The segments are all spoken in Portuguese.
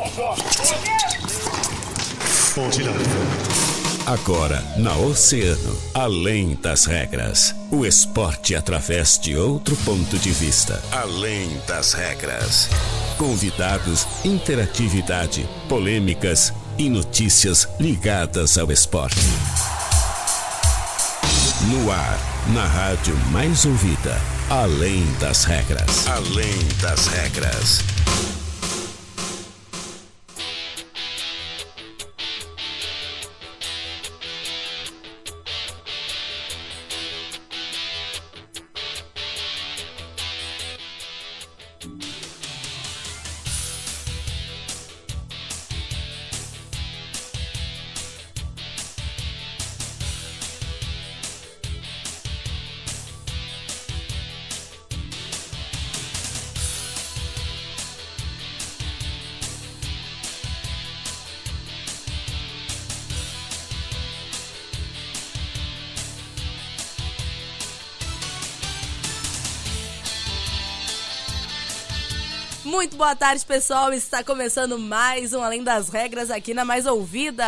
Agora, na Oceano, além das regras. O esporte através de outro ponto de vista. Além das regras. Convidados, interatividade, polêmicas e notícias ligadas ao esporte. No ar, na rádio mais ouvida. Além das regras. Além das regras. Muito boa tarde, pessoal. Está começando mais um Além das Regras aqui na Mais Ouvida.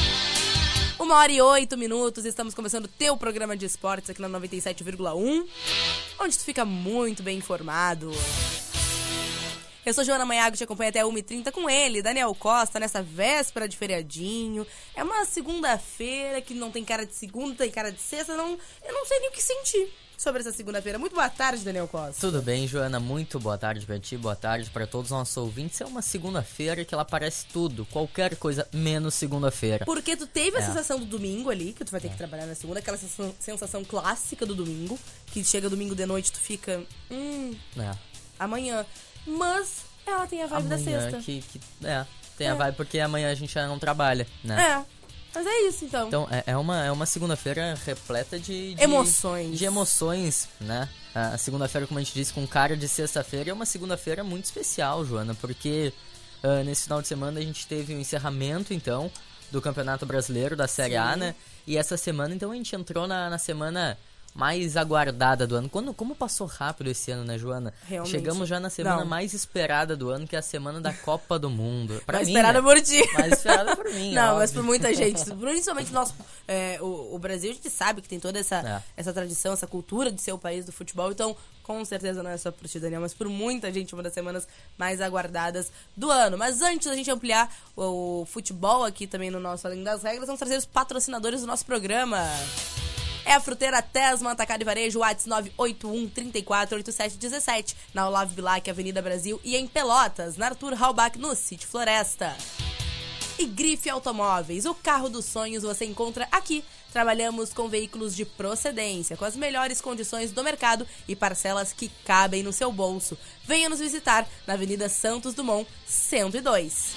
1h08. Estamos começando o teu programa de esportes aqui na 97,1, onde tu fica muito bem informado. Eu sou Joana Maiago e te acompanho até 1h30 com ele, Daniel Costa, nessa véspera de feriadinho. É uma segunda-feira que não tem cara de segunda, tem cara de sexta. Eu não sei nem o que sentir sobre essa segunda-feira. Muito boa tarde, Daniel Costa. Tudo bem, Joana? Muito boa tarde pra ti, boa tarde pra todos os nossos ouvintes. É uma segunda-feira que ela parece tudo, qualquer coisa menos segunda-feira. Porque tu teve a sensação do domingo ali, que tu vai ter que trabalhar na segunda, aquela sensação clássica do domingo, que chega domingo de noite tu fica, amanhã. Mas ela tem a vibe da sexta. Tem a vibe porque amanhã a gente já não trabalha, né? Mas é isso, então. Então, é uma segunda-feira repleta de emoções. De emoções, né? A segunda-feira, como a gente disse, com cara de sexta-feira, é uma segunda-feira muito especial, Joana, porque nesse final de semana a gente teve o encerramento, então, do Campeonato Brasileiro, da Série A, né? E essa semana, então, a gente entrou na semana mais aguardada do ano. Como passou rápido esse ano, né, Joana? Realmente. Chegamos já na semana mais esperada do ano, que é a semana da Copa do Mundo. Mais esperada por ti. Mais esperada por mim, não, óbvio. mas por muita gente. Principalmente o Brasil, a gente sabe que tem toda essa tradição, essa cultura de ser o país do futebol. Então, com certeza não é só por ti, Daniel, mas por muita gente, uma das semanas mais aguardadas do ano. Mas antes da gente ampliar o futebol aqui também no nosso Além das Regras, vamos trazer os patrocinadores do nosso programa. É a Fruteira Tesma, Atacado e Varejo, WhatsApp 981-348717, na Olavo Bilac, Avenida Brasil, e em Pelotas, na Arthur Halbach, no Sítio Floresta. E Grife Automóveis, o carro dos sonhos você encontra aqui. Trabalhamos com veículos de procedência, com as melhores condições do mercado e parcelas que cabem no seu bolso. Venha nos visitar na Avenida Santos Dumont, 102.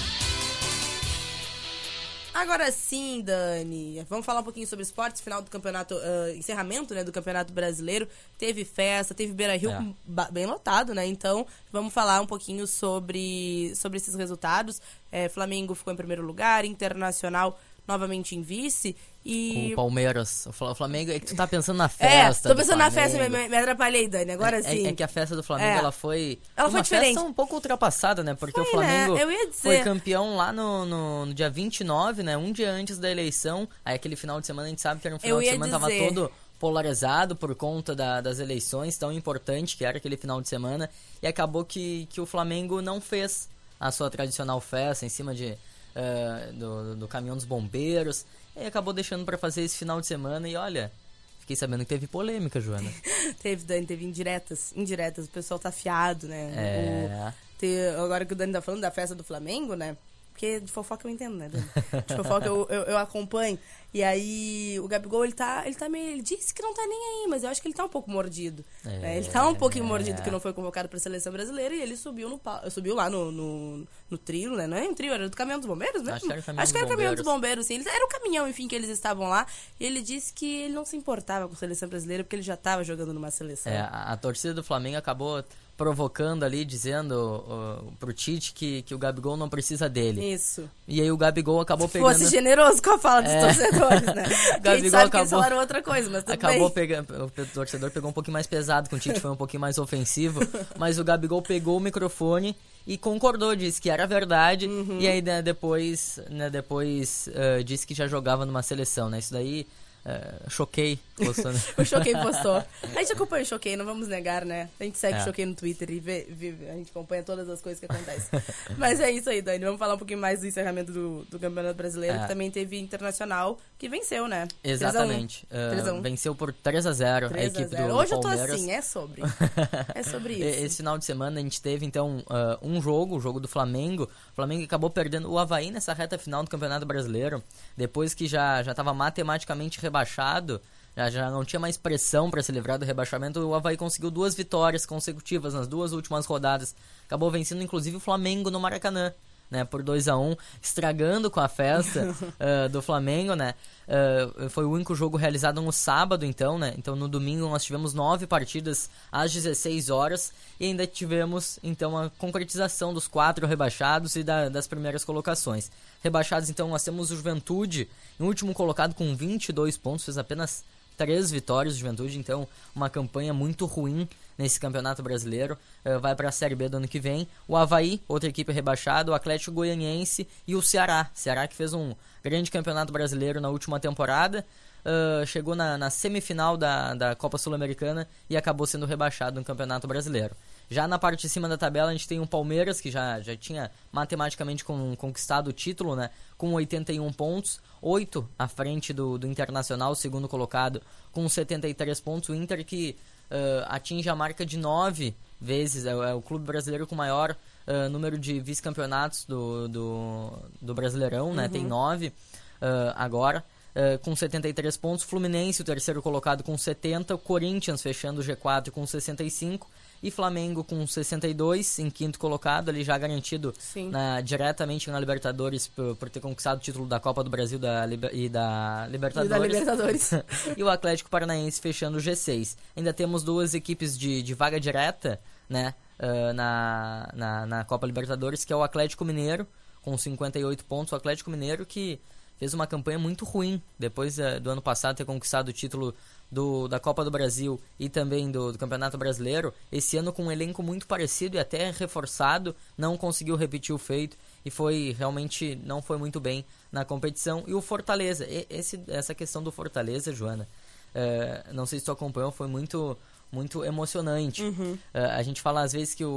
Agora sim, Dani, vamos falar um pouquinho sobre esportes. Final do campeonato, encerramento, né, do Campeonato Brasileiro. Teve festa, teve Beira-Rio bem lotado, né? Então, vamos falar um pouquinho sobre esses resultados. Flamengo ficou em primeiro lugar, Internacional novamente em vice. E o Palmeiras, o Flamengo, é que tu tá pensando na festa. Tô pensando na festa, me atrapalhei, Dani, agora sim. É que a festa do Flamengo, ela foi uma festa um pouco ultrapassada, né? Porque o Flamengo foi campeão lá no dia 29, né? Um dia antes da eleição. Aí aquele final de semana, a gente sabe que era um final de semana, tava todo polarizado por conta das eleições, tão importante que era aquele final de semana. E acabou que o Flamengo não fez a sua tradicional festa em cima do caminhão dos bombeiros. E acabou deixando pra fazer esse final de semana. E olha, fiquei sabendo que teve polêmica, Joana. Teve, Dani, teve indiretas. O pessoal tá afiado, né? Agora que o Dani tá falando da festa do Flamengo, né? Porque de fofoca eu entendo, né, Dani? De fofoca eu acompanho. E aí, o Gabigol, ele disse que não tá nem aí, mas eu acho que ele tá um pouco mordido. Ele tá um pouquinho mordido que não foi convocado pra seleção brasileira e ele subiu lá no trio, né? Não é um trio, era do caminhão dos bombeiros mesmo? Acho que era o caminhão dos bombeiros, sim. Era o caminhão, enfim, que eles estavam lá. E ele disse que ele não se importava com a seleção brasileira porque ele já tava jogando numa seleção. A torcida do Flamengo acabou provocando ali, dizendo pro Tite que o Gabigol não precisa dele. Isso. E aí o Gabigol acabou pegando... Fosse generoso com a fala dos torcedores, né? O Gabigol sabe acabou... que eles falaram outra coisa, mas tudo acabou bem. pegando... O torcedor pegou um pouquinho mais pesado, com o Tite foi um pouquinho mais ofensivo, mas o Gabigol pegou o microfone e concordou, disse que era verdade, e aí depois disse que já jogava numa seleção, né? Isso daí... Choquei postou, né? O Choquei postou. A gente acompanha o Choquei, não vamos negar, né? A gente segue o Choquei no Twitter e a gente acompanha todas as coisas que acontecem. Mas é isso aí, Dani. Vamos falar um pouquinho mais do encerramento do Campeonato Brasileiro, que também teve Internacional, que venceu, né? Exatamente. 3-1. Venceu por 3-0 a equipe do Hoje Palmeiras. eu tô assim, é sobre isso. Esse final de semana a gente teve, então, o jogo do Flamengo. O Flamengo acabou perdendo o Avaí nessa reta final do Campeonato Brasileiro, depois que já estava matematicamente rebaixado, já não tinha mais pressão para se livrar do rebaixamento. O Avaí conseguiu 2 vitórias consecutivas nas 2 últimas rodadas, acabou vencendo inclusive o Flamengo no Maracanã, né, por 2-1, estragando com a festa do Flamengo, né. Foi o único jogo realizado no sábado, então, né. Então no domingo nós tivemos 9 partidas às 16 horas e ainda tivemos então a concretização dos 4 rebaixados e das primeiras colocações. Rebaixados, então, nós temos o Juventude em último colocado com 22 pontos, fez apenas 3 vitórias. Juventude, então, uma campanha muito ruim nesse Campeonato Brasileiro, vai para a Série B do ano que vem. O Avaí, outra equipe rebaixada, o Atlético Goianiense e o Ceará que fez um grande Campeonato Brasileiro na última temporada, chegou na semifinal da Copa Sul-Americana e acabou sendo rebaixado no Campeonato Brasileiro. Já na parte de cima da tabela a gente tem o Palmeiras, que já tinha matematicamente conquistado o título, né, com 81 pontos, 8 à frente do Internacional, segundo colocado, com 73 pontos. O Inter que atinge a marca de 9 vezes, é o clube brasileiro com maior número de vice-campeonatos do Brasileirão, né, tem 9 agora. Com 73 pontos, Fluminense, o terceiro colocado, com 70, Corinthians fechando o G4 com 65 e Flamengo com 62 em quinto colocado, ali já garantido diretamente na Libertadores por ter conquistado o título da Copa do Brasil e da Libertadores. E o Atlético Paranaense fechando o G6. Ainda temos 2 equipes de vaga direta, né, na Copa Libertadores, que é o Atlético Mineiro com 58 pontos. O Atlético Mineiro que fez uma campanha muito ruim depois do ano passado ter conquistado o título da Copa do Brasil e também do Campeonato Brasileiro. Esse ano com um elenco muito parecido e até reforçado, não conseguiu repetir o feito e realmente não foi muito bem na competição. E o Fortaleza, essa questão do Fortaleza, Joana, não sei se tu acompanhou, foi muito emocionante. A gente fala às vezes que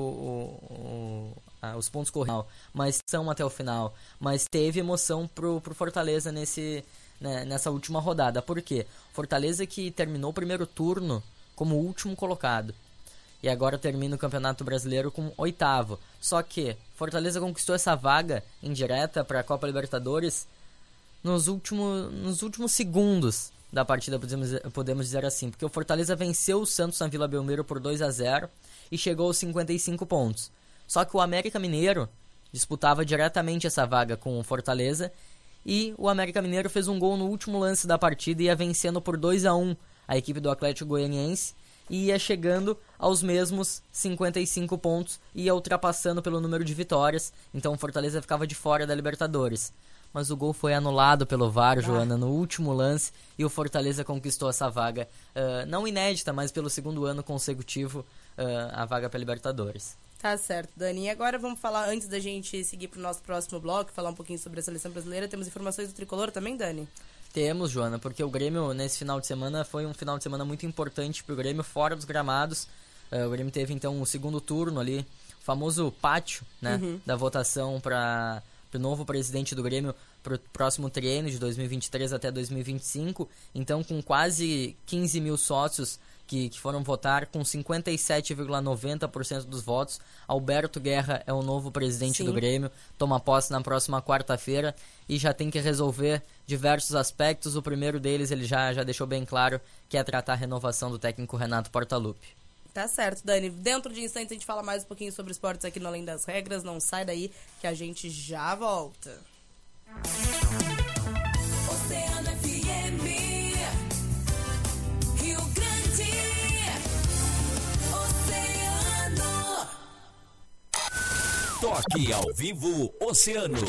os pontos corriam, mas são até o final. Mas teve emoção pro Fortaleza nessa última rodada. Por quê? Fortaleza que terminou o primeiro turno como último colocado. E agora termina o Campeonato Brasileiro com 8º. Só que Fortaleza conquistou essa vaga indireta para a Copa Libertadores nos últimos segundos da partida, podemos dizer assim, porque o Fortaleza venceu o Santos na Vila Belmiro por 2-0 e chegou aos 55 pontos. Só que o América Mineiro disputava diretamente essa vaga com o Fortaleza e o América Mineiro fez um gol no último lance da partida e ia vencendo por 2-1 a equipe do Atlético Goianiense e ia chegando aos mesmos 55 pontos e ia ultrapassando pelo número de vitórias, então o Fortaleza ficava de fora da Libertadores. Mas o gol foi anulado pelo VAR, Joana, no último lance, e o Fortaleza conquistou essa vaga, não inédita, mas pelo segundo ano consecutivo, a vaga para Libertadores. Tá certo, Dani. E agora vamos falar, antes da gente seguir pro nosso próximo bloco, falar um pouquinho sobre a seleção brasileira. Temos informações do Tricolor também, Dani? Temos, Joana, porque o Grêmio, nesse final de semana, foi um final de semana muito importante pro Grêmio, fora dos gramados. O Grêmio teve, então, o segundo turno ali, o famoso pátio, né, da votação para o novo presidente do Grêmio para o próximo triênio de 2023 até 2025. Então, com quase 15 mil sócios que foram votar, com 57,90% dos votos, Alberto Guerra é o novo presidente do Grêmio, toma posse na próxima quarta-feira e já tem que resolver diversos aspectos. O primeiro deles, ele já deixou bem claro, que é tratar a renovação do técnico Renato Portaluppi. Tá certo, Dani. Dentro de instantes a gente fala mais um pouquinho sobre esportes aqui no Além das Regras. Não sai daí que a gente já volta. Oceano FM, Rio Grande, Oceano. Toque ao vivo Oceano.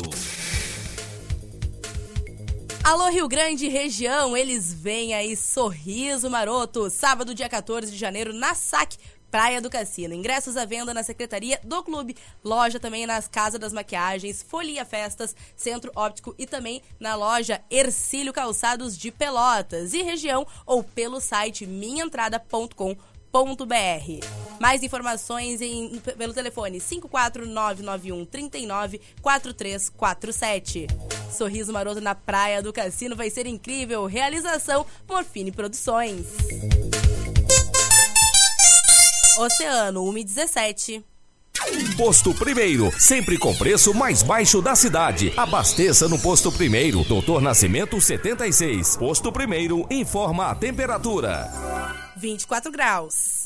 Alô, Rio Grande região, eles vêm aí, Sorriso Maroto, sábado, dia 14 de janeiro, na SAC, Praia do Cassino. Ingressos à venda na secretaria do clube, loja também nas Casas das Maquiagens, Folia Festas, Centro Óptico e também na loja Ercílio Calçados de Pelotas e região ou pelo site minhaentrada.com.br. Mais informações pelo telefone 54991 39 4347. Sorriso Maroto na Praia do Cassino vai ser incrível. Realização Morfine Produções. Oceano 1:17. Posto Primeiro, sempre com preço mais baixo da cidade. Abasteça no Posto Primeiro, Doutor Nascimento 76. Posto Primeiro informa a temperatura. 24 graus.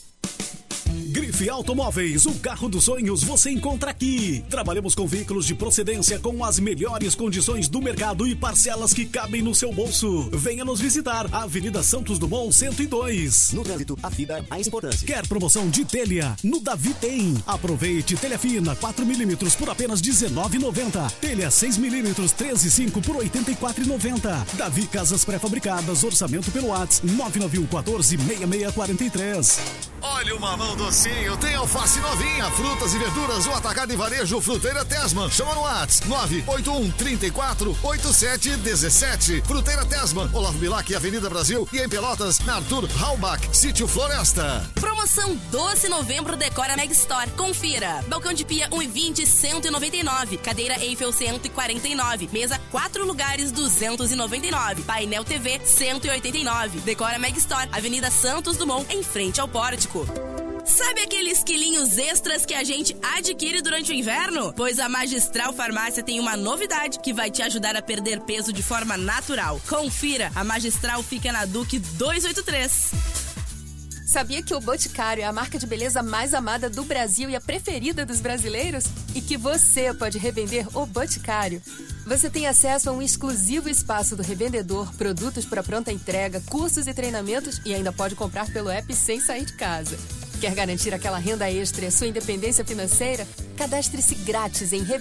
Grife Automóveis, o carro dos sonhos você encontra aqui. Trabalhamos com veículos de procedência com as melhores condições do mercado e parcelas que cabem no seu bolso. Venha nos visitar, Avenida Santos Dumont 102. No trânsito, a vida é mais importante. Quer promoção de telha? No Davi tem. Aproveite telha fina 4mm por apenas R$19,90. Telha 6mm 13,5 por R$84,90. Davi Casas Pré-Fabricadas, orçamento pelo WhatsApp 991 14 6643. Olha o mamão docinho, tem alface novinha, frutas e verduras, o atacado e varejo Fruteira Tesman. Chama no WhatsApp 981 34 87 17. Fruteira Tesman, Olavo Bilac, Avenida Brasil e em Pelotas, na Arthur Halbach, Sítio Floresta. Promoção Doce Novembro Decora Meg Store. Confira. Balcão de pia 1,20 199. Cadeira Eiffel 149. Mesa 4 lugares 299. Painel TV 189. Decora Meg Store, Avenida Santos Dumont, em frente ao pórtico. Sabe aqueles quilinhos extras que a gente adquire durante o inverno? Pois a Magistral Farmácia tem uma novidade que vai te ajudar a perder peso de forma natural. Confira, a Magistral fica na Duque 283. Sabia que o Boticário é a marca de beleza mais amada do Brasil e a preferida dos brasileiros? E que você pode revender o Boticário. Você tem acesso a um exclusivo espaço do revendedor, produtos para pronta entrega, cursos e treinamentos e ainda pode comprar pelo app sem sair de casa. Quer garantir aquela renda extra e a sua independência financeira? Cadastre-se grátis em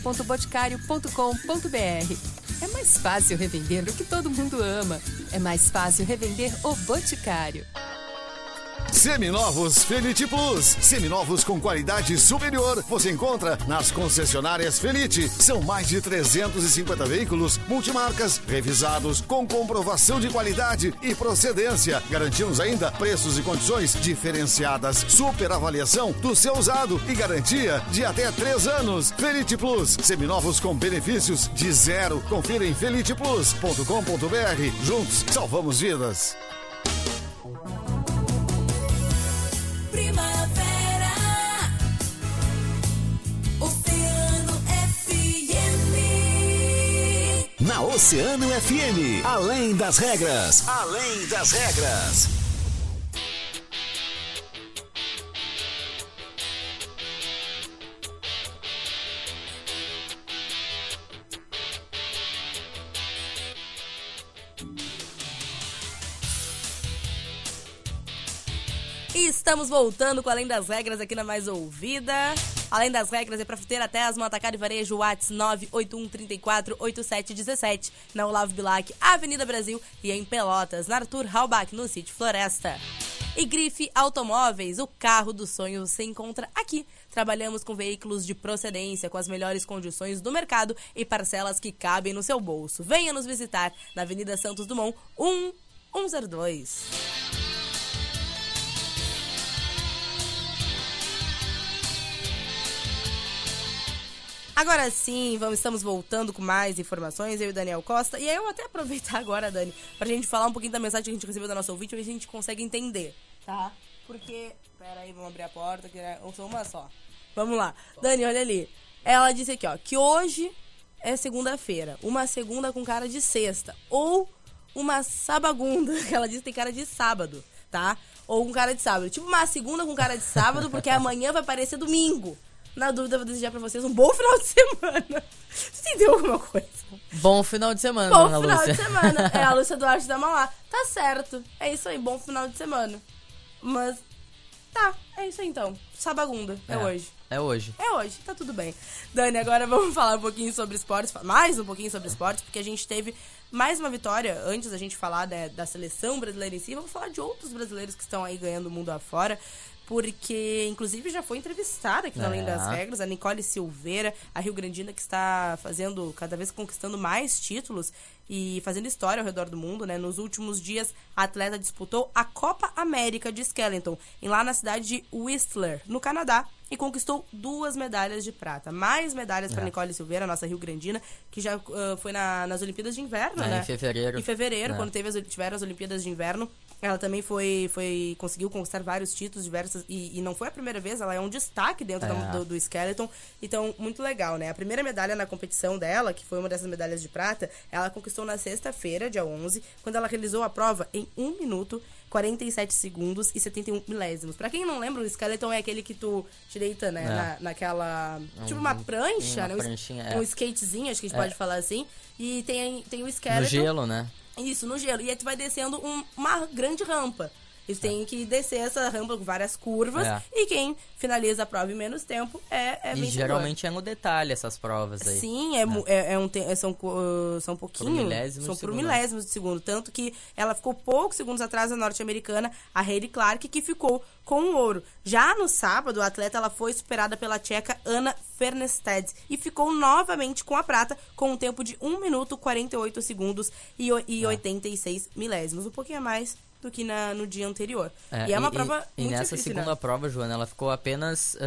revenda.boticário.com.br. É mais fácil revender o que todo mundo ama. É mais fácil revender o Boticário. Seminovos Felite Plus. Seminovos com qualidade superior. Você encontra nas concessionárias Felite. São mais de 350 veículos multimarcas, revisados com comprovação de qualidade e procedência. Garantimos ainda preços e condições diferenciadas, super avaliação do seu usado e garantia de até 3 anos. Felite Plus. Seminovos com benefícios de zero. Confira em feliteplus.com.br. Juntos salvamos vidas. Primavera, Oceano FM. Na Oceano FM, além das regras. Além das regras. E estamos voltando com Além das Regras aqui na Mais Ouvida. Além das Regras é pra Fruteira Tesman, Atacado e Varejo, WhatsApp 981 34 87 17. Na Olavo Bilac, Avenida Brasil e em Pelotas, na Arthur Halbach, no Sítio Floresta. E Grife Automóveis, o carro dos sonhos você encontra aqui. Trabalhamos com veículos de procedência, com as melhores condições do mercado e parcelas que cabem no seu bolso. Venha nos visitar na Avenida Santos Dumont, 1102. Agora sim, estamos voltando com mais informações, eu e o Daniel Costa. E aí eu vou até aproveitar agora, Dani, pra gente falar um pouquinho da mensagem que a gente recebeu da nossa ouvinte, pra ver se a gente consegue entender, tá? Porque, pera aí, vamos abrir a porta, que eu sou uma só. Vamos lá. Dani, olha ali. Ela disse aqui, ó, que hoje é segunda-feira, uma segunda com cara de sexta, ou uma sabagunda, que ela disse que tem cara de sábado, tá? Ou com cara de sábado. Tipo uma segunda com cara de sábado, porque amanhã vai parecer domingo. Na dúvida, eu vou desejar pra vocês um bom final de semana. Você entendeu alguma coisa? Bom final de semana, bom Ana final Lúcia. de semana. É a Lúcia Duarte da Mauá. Tá certo. É isso aí, bom final de semana. Mas, tá, é isso aí então. Sabagunda, é hoje. É hoje. É hoje, tá tudo bem. Dani, agora vamos falar um pouquinho sobre esportes, mais um pouquinho sobre esportes, porque a gente teve mais uma vitória. Antes da gente falar da seleção brasileira em si, vamos falar de outros brasileiros que estão aí ganhando o mundo afora, porque inclusive já foi entrevistada aqui no Além das Regras, a Nicole Silveira, a rio-grandina, que está fazendo, cada vez conquistando mais títulos e fazendo história ao redor do mundo, né? Nos últimos dias, a atleta disputou a Copa América de Skeleton, lá na cidade de Whistler, no Canadá, e conquistou 2 medalhas de prata. Mais medalhas para Nicole Silveira, nossa rio-grandina, que já foi nas Olimpíadas de Inverno, né? Em fevereiro. Em fevereiro, quando tiveram as Olimpíadas de Inverno. Ela também conseguiu conquistar vários títulos diversos, e não foi a primeira vez, ela é um destaque dentro do Skeleton, então muito legal, né? A primeira medalha na competição dela, que foi uma dessas medalhas de prata, ela conquistou na sexta-feira, dia 11, quando ela realizou a prova em 1 minuto, 47 segundos e 71 milésimos. Pra quem não lembra, o Skeleton é aquele que tu te deita, né? Naquela, tipo uma prancha, né? Um skatezinho, acho que a gente pode falar assim, e tem o Skeleton. No gelo, né? Isso, no gelo. E aí tu vai descendo uma grande rampa. Eles têm que descer essa rampa com várias curvas. E quem finaliza a prova em menos tempo é vencedor. E geralmente é no detalhe essas provas aí. Sim, são pouquinho. São por milésimos de segundo. Tanto que ela ficou poucos segundos atrás da norte-americana, a Hayley Clark, que ficou com o ouro. Já no sábado, a atleta ela foi superada pela tcheca Anna Fernstedt e ficou novamente com a prata, com um tempo de 1 minuto, 48 segundos e 86 milésimos. Um pouquinho a mais do que no dia anterior. E é uma prova muito difícil, nessa segunda prova, Joana, ela ficou apenas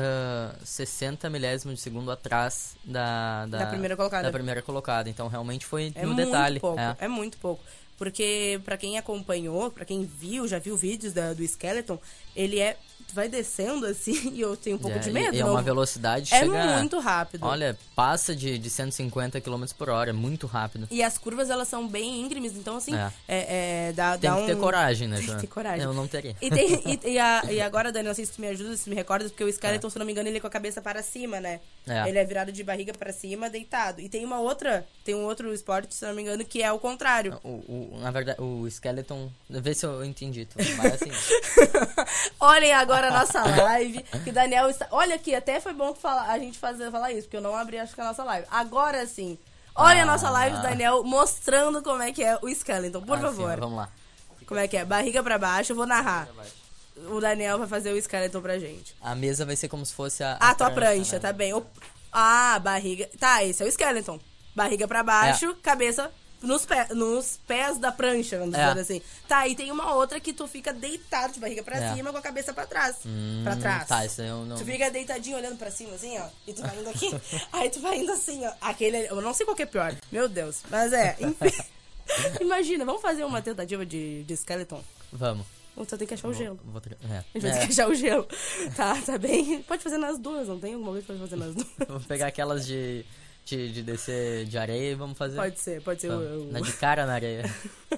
60 milésimos de segundo atrás da primeira colocada. Então, realmente foi no detalhe. É muito pouco. Porque, pra quem acompanhou, pra quem já viu vídeos do Skeleton, ele vai descendo assim e eu tenho um pouco de medo. E é uma velocidade muito rápido. Olha, passa de 150 km por hora, é muito rápido. E as curvas, elas são bem íngremes, então assim, tem que ter coragem, né, Joana? Tem que ter coragem. Eu não teria. E agora, Dani, não sei se tu me ajuda, se tu me recorda, porque o Skeleton, se não me engano, ele é com a cabeça para cima, né? Ele é virado de barriga para cima, deitado. E tem um outro esporte, se não me engano, que é o contrário. Na verdade, o Skeleton, vê se eu entendi, tu vai assim. Olhem agora a nossa live, que Daniel está... Olha aqui, até foi bom a gente falar isso, porque eu não abri, acho que a nossa live. Agora sim, olha a nossa live do Daniel mostrando como é que é o Skeleton, por favor. Sim, vamos lá. Como é que é? Barriga pra baixo, eu vou narrar. O Daniel vai fazer o Skeleton pra gente. A mesa vai ser como se fosse a tua prancha, né? Tá bem. Barriga... Tá, esse é o Skeleton. Barriga pra baixo, cabeça... Nos pés da prancha, vamos dizer assim. Tá, e tem uma outra que tu fica deitado de barriga pra cima com a cabeça pra trás. Pra trás. Tá, isso eu não... Tu fica deitadinho olhando pra cima, assim, ó. E tu vai indo aqui. Aí tu vai indo assim, ó. Aquele... Eu não sei qual que é pior. Meu Deus. Mas enfim. Imagina, vamos fazer uma tentativa de Skeleton? Vamos. Ou só tem que achar o gelo. A gente vai ter que achar o gelo. Tá bem. Pode fazer nas duas, não tem alguma coisa que pode fazer nas duas? Vou pegar aquelas de descer de areia e vamos fazer. Pode ser. De cara na areia.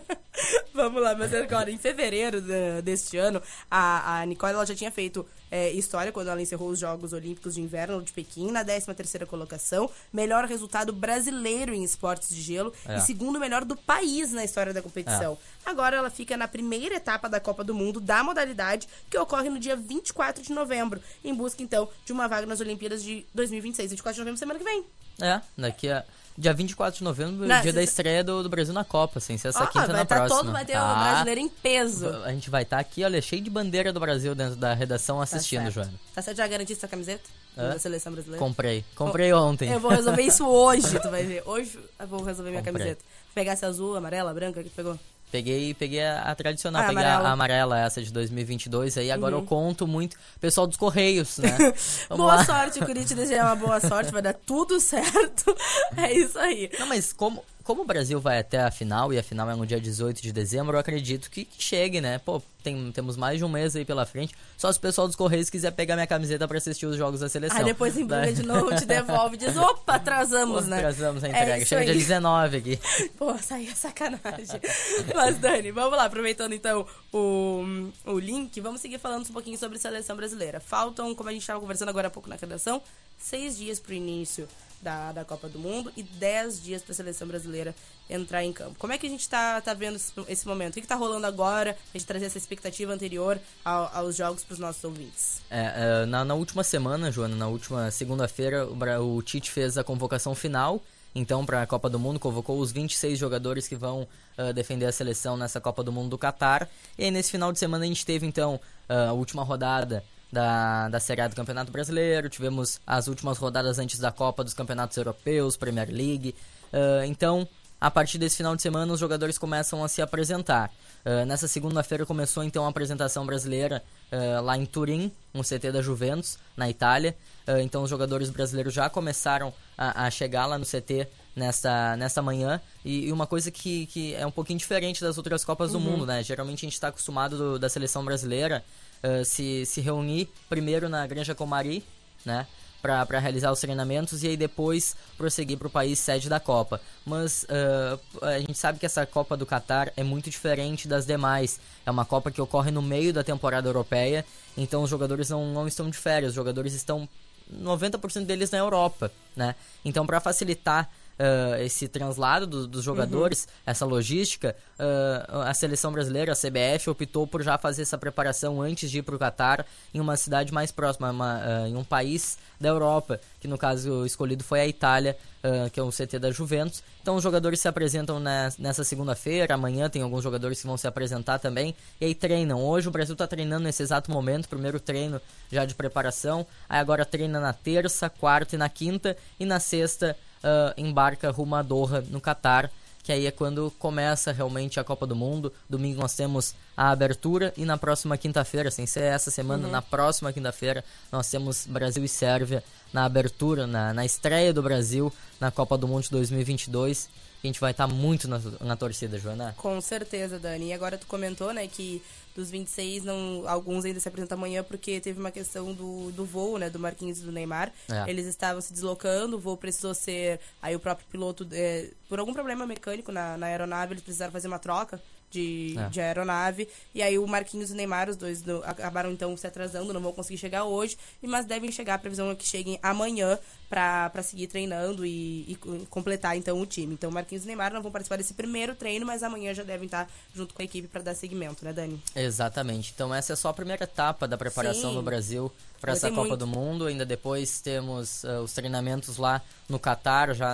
Vamos lá, mas agora, em fevereiro deste ano, a Nicole ela já tinha feito história quando ela encerrou os Jogos Olímpicos de Inverno de Pequim, na 13ª colocação, melhor resultado brasileiro em esportes de gelo e segundo melhor do país na história da competição. Agora ela fica na primeira etapa da Copa do Mundo da modalidade, que ocorre no dia 24 de novembro, em busca, então, de uma vaga nas Olimpíadas de 2026. 24 de novembro, semana que vem. Daqui a... Dia 24 de novembro, dia da estreia do Brasil na Copa, sem ser essa quinta na próxima. Vai ter um brasileiro em peso. A gente vai estar aqui, olha, cheio de bandeira do Brasil dentro da redação assistindo, Joana. Tá certo, já garantiu sua camiseta? Da seleção brasileira? Comprei ontem. Eu vou resolver isso hoje, tu vai ver. Hoje eu vou resolver minha camiseta. Pegasse azul, amarela, branca, que pegou? Peguei a tradicional, peguei a amarela, essa de 2022 aí, agora eu conto muito, pessoal dos Correios, né? Boa sorte, Curitiba, desejar uma boa sorte, vai dar tudo certo, é isso aí. Não, mas como o Brasil vai até a final, e a final é no dia 18 de dezembro, eu acredito que chegue, né? Pô, temos mais de um mês aí pela frente, só se o pessoal dos Correios quiser pegar minha camiseta pra assistir os jogos da seleção. Aí depois embrulha de novo, te devolve, diz, opa, atrasamos, né? Atrasamos a entrega, chega dia 19 aqui. Pô, isso aí é sacanagem. Mas, Dani, vamos lá, aproveitando então o link, vamos seguir falando um pouquinho sobre seleção brasileira. Faltam, como a gente estava conversando agora há pouco na redação, 6 dias pro início da Copa do Mundo e 10 dias para a seleção brasileira entrar em campo. Como é que a gente tá vendo esse momento? O que tá rolando agora? A gente trazer essa expectativa anterior aos jogos para os nossos ouvintes. Na última semana, Joana, na última segunda-feira, o Tite fez a convocação final. Então, para a Copa do Mundo, convocou os 26 jogadores que vão defender a seleção nessa Copa do Mundo do Catar. E aí, nesse final de semana, a gente teve, então, a última rodada da Série A do Campeonato Brasileiro. Tivemos as últimas rodadas antes da Copa dos Campeonatos Europeus, Premier League. Então, a partir desse final de semana, os jogadores começam a se apresentar. Nessa segunda-feira começou, então, a apresentação brasileira lá em Turim, no CT da Juventus, na Itália. Então, os jogadores brasileiros já começaram a chegar lá no CT nessa manhã. E uma coisa que é um pouquinho diferente das outras Copas do Mundo, né? Geralmente a gente está acostumado da seleção brasileira se reunir primeiro na Granja Comari, né? Para realizar os treinamentos e aí depois prosseguir para o país sede da Copa. Mas a gente sabe que essa Copa do Catar é muito diferente das demais. É uma Copa que ocorre no meio da temporada europeia, então os jogadores não estão de férias, os jogadores estão 90% deles na Europa, né? Então, para facilitar esse translado dos jogadores, essa logística, a seleção brasileira, a CBF, optou por já fazer essa preparação antes de ir para o Catar em uma cidade mais próxima, em um país da Europa, que no caso escolhido foi a Itália, que é o CT da Juventus. Então os jogadores se apresentam nessa segunda-feira, amanhã tem alguns jogadores que vão se apresentar também, e aí treinam. Hoje o Brasil está treinando nesse exato momento, primeiro treino já de preparação, aí agora treina na terça, quarta e na quinta, e na sexta embarca rumo a Doha, no Catar, que aí é quando começa realmente a Copa do Mundo. Domingo nós temos a abertura e na próxima quinta-feira, sem ser essa semana, na próxima quinta-feira, nós temos Brasil e Sérvia na abertura, na estreia do Brasil na Copa do Mundo de 2022. A gente vai estar muito na torcida, Joana. Com certeza, Dani. E agora tu comentou, né, que dos 26, alguns ainda se apresentam amanhã porque teve uma questão do voo, né, do Marquinhos e do Neymar. Eles estavam se deslocando, o voo precisou ser... Aí o próprio piloto, por algum problema mecânico na aeronave, eles precisaram fazer uma troca de aeronave. E aí o Marquinhos e o Neymar, os dois acabaram então se atrasando, não vão conseguir chegar hoje, mas devem chegar, a previsão é que cheguem amanhã para seguir treinando e completar então o time. Então o Marquinhos e o Neymar não vão participar desse primeiro treino, mas amanhã já devem estar junto com a equipe para dar seguimento, né, Dani? Exatamente. Então essa é só a primeira etapa da preparação do Brasil para essa Copa do Mundo. Ainda depois temos os treinamentos lá no Catar, já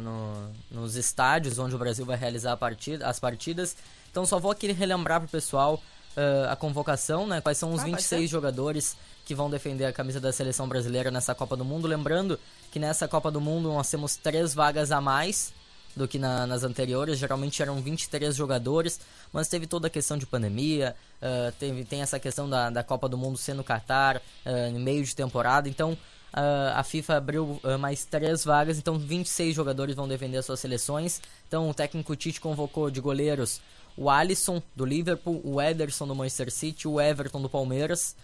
nos estádios onde o Brasil vai realizar as partidas. Então só vou aqui relembrar pro pessoal a convocação, né? Quais são os 26 jogadores que vão defender a camisa da seleção brasileira nessa Copa do Mundo. Lembrando que nessa Copa do Mundo nós temos 3 vagas a mais do que nas anteriores. Geralmente eram 23 jogadores, mas teve toda a questão de pandemia, tem essa questão da Copa do Mundo ser no Catar, no meio de temporada. Então a FIFA abriu mais 3 vagas, então 26 jogadores vão defender as suas seleções. Então o técnico Tite convocou de goleiros o Alisson do Liverpool, o Ederson do Manchester City, o Everton do Palmeiras.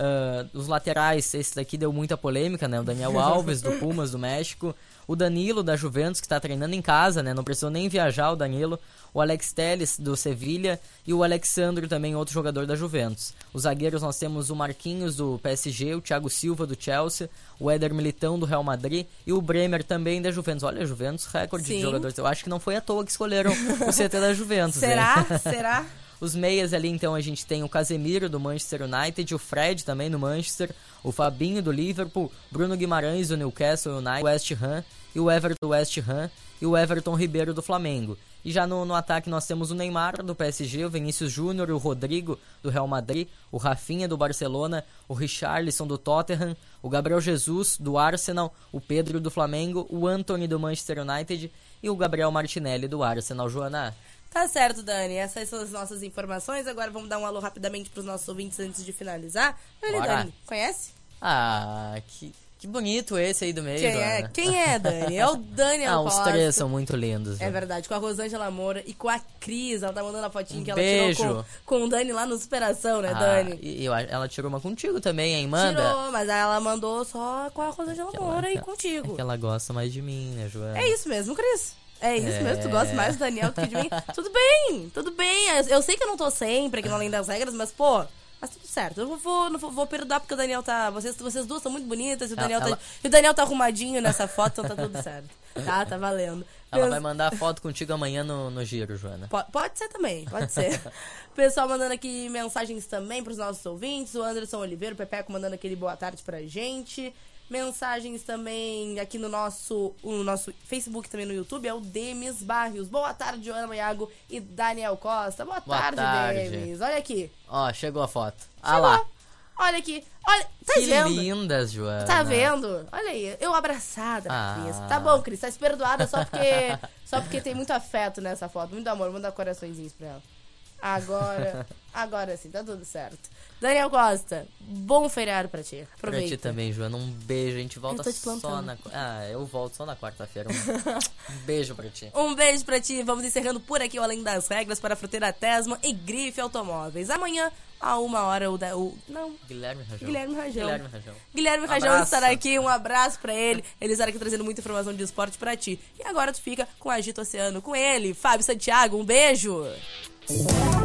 Os laterais, esse daqui deu muita polêmica, né? O Daniel Alves do Pumas do México, o Danilo da Juventus, que está treinando em casa, né? Não precisou nem viajar o Danilo, o Alex Telles do Sevilha e o Alexandre também, outro jogador da Juventus. Os zagueiros nós temos o Marquinhos do PSG, o Thiago Silva do Chelsea, o Éder Militão do Real Madrid e o Bremer também da Juventus. Olha, Juventus, recorde de jogadores. Eu acho que não foi à toa que escolheram o CT da Juventus. Será? Será? Os meias ali, então, a gente tem o Casemiro do Manchester United, o Fred também do Manchester, o Fabinho do Liverpool, Bruno Guimarães do Newcastle United, West Ham e o Everton do West Ham e o Everton Ribeiro do Flamengo. E já no ataque nós temos o Neymar do PSG, o Vinícius Júnior, o Rodrigo do Real Madrid, o Rafinha do Barcelona, o Richarlison do Tottenham, o Gabriel Jesus do Arsenal, o Pedro do Flamengo, o Antony do Manchester United e o Gabriel Martinelli do Arsenal. Joana? Tá certo, Dani. Essas são as nossas informações. Agora vamos dar um alô rapidamente pros nossos ouvintes antes de finalizar. Olha, Dani, conhece? Ah, que bonito esse aí do meio. Quem é, Dani? É o Daniel Costa. Os 3 são muito lindos. É verdade, com a Rosângela Moura e com a Cris. Ela tá mandando a fotinha que ela tirou com o Dani lá no Superação, né, Dani? E ela tirou uma contigo também, hein? Manda. Tirou, mas ela mandou só com a Rosângela Moura e contigo. É que ela gosta mais de mim, né, Joana? É isso mesmo, Cris. É isso mesmo, tu gosta mais do Daniel do que de mim. Tudo bem. Eu sei que eu não tô sempre aqui no Além das Regras, mas, pô, Mas tudo certo. Eu não vou perdoar porque o Daniel tá... Vocês duas estão muito bonitas e o Daniel tá arrumadinho nessa foto, então tá tudo certo. Tá valendo. Ela vai mandar foto contigo amanhã no giro, Joana. Pode ser também, pode ser. Pessoal mandando aqui mensagens também pros nossos ouvintes. O Anderson Oliveira, o Pepeco mandando aquele boa tarde pra gente. Mensagens também aqui no nosso Facebook, também no YouTube, é o Demis Barrios. Boa tarde, Joana Maiago e Daniel Costa. Boa tarde, Demis. Olha aqui. Ó, chegou a foto. Ah lá. Olha aqui. Olha, tá vendo? Que lindas, Joana. Tá vendo? Olha aí, eu abraçada na Cris. Tá bom, Cris, tá perdoada só porque tem muito afeto nessa foto. Muito amor, manda coraçõezinhos pra ela. Agora sim, tá tudo certo. Daniel Costa, bom feriado pra ti. Aproveita. Pra ti também, Joana. Um beijo. A gente volta só na... eu volto só na quarta-feira. Um beijo pra ti. Um beijo pra ti. Vamos encerrando por aqui o Além das Regras para a Fruteira Tesma e Grife Automóveis. Amanhã, a 1h, Guilherme Rajão estará aqui. Um abraço pra ele. Ele estará aqui trazendo muita informação de esporte pra ti. E agora tu fica com o Agito Oceano com ele, Fábio Santiago. Um beijo.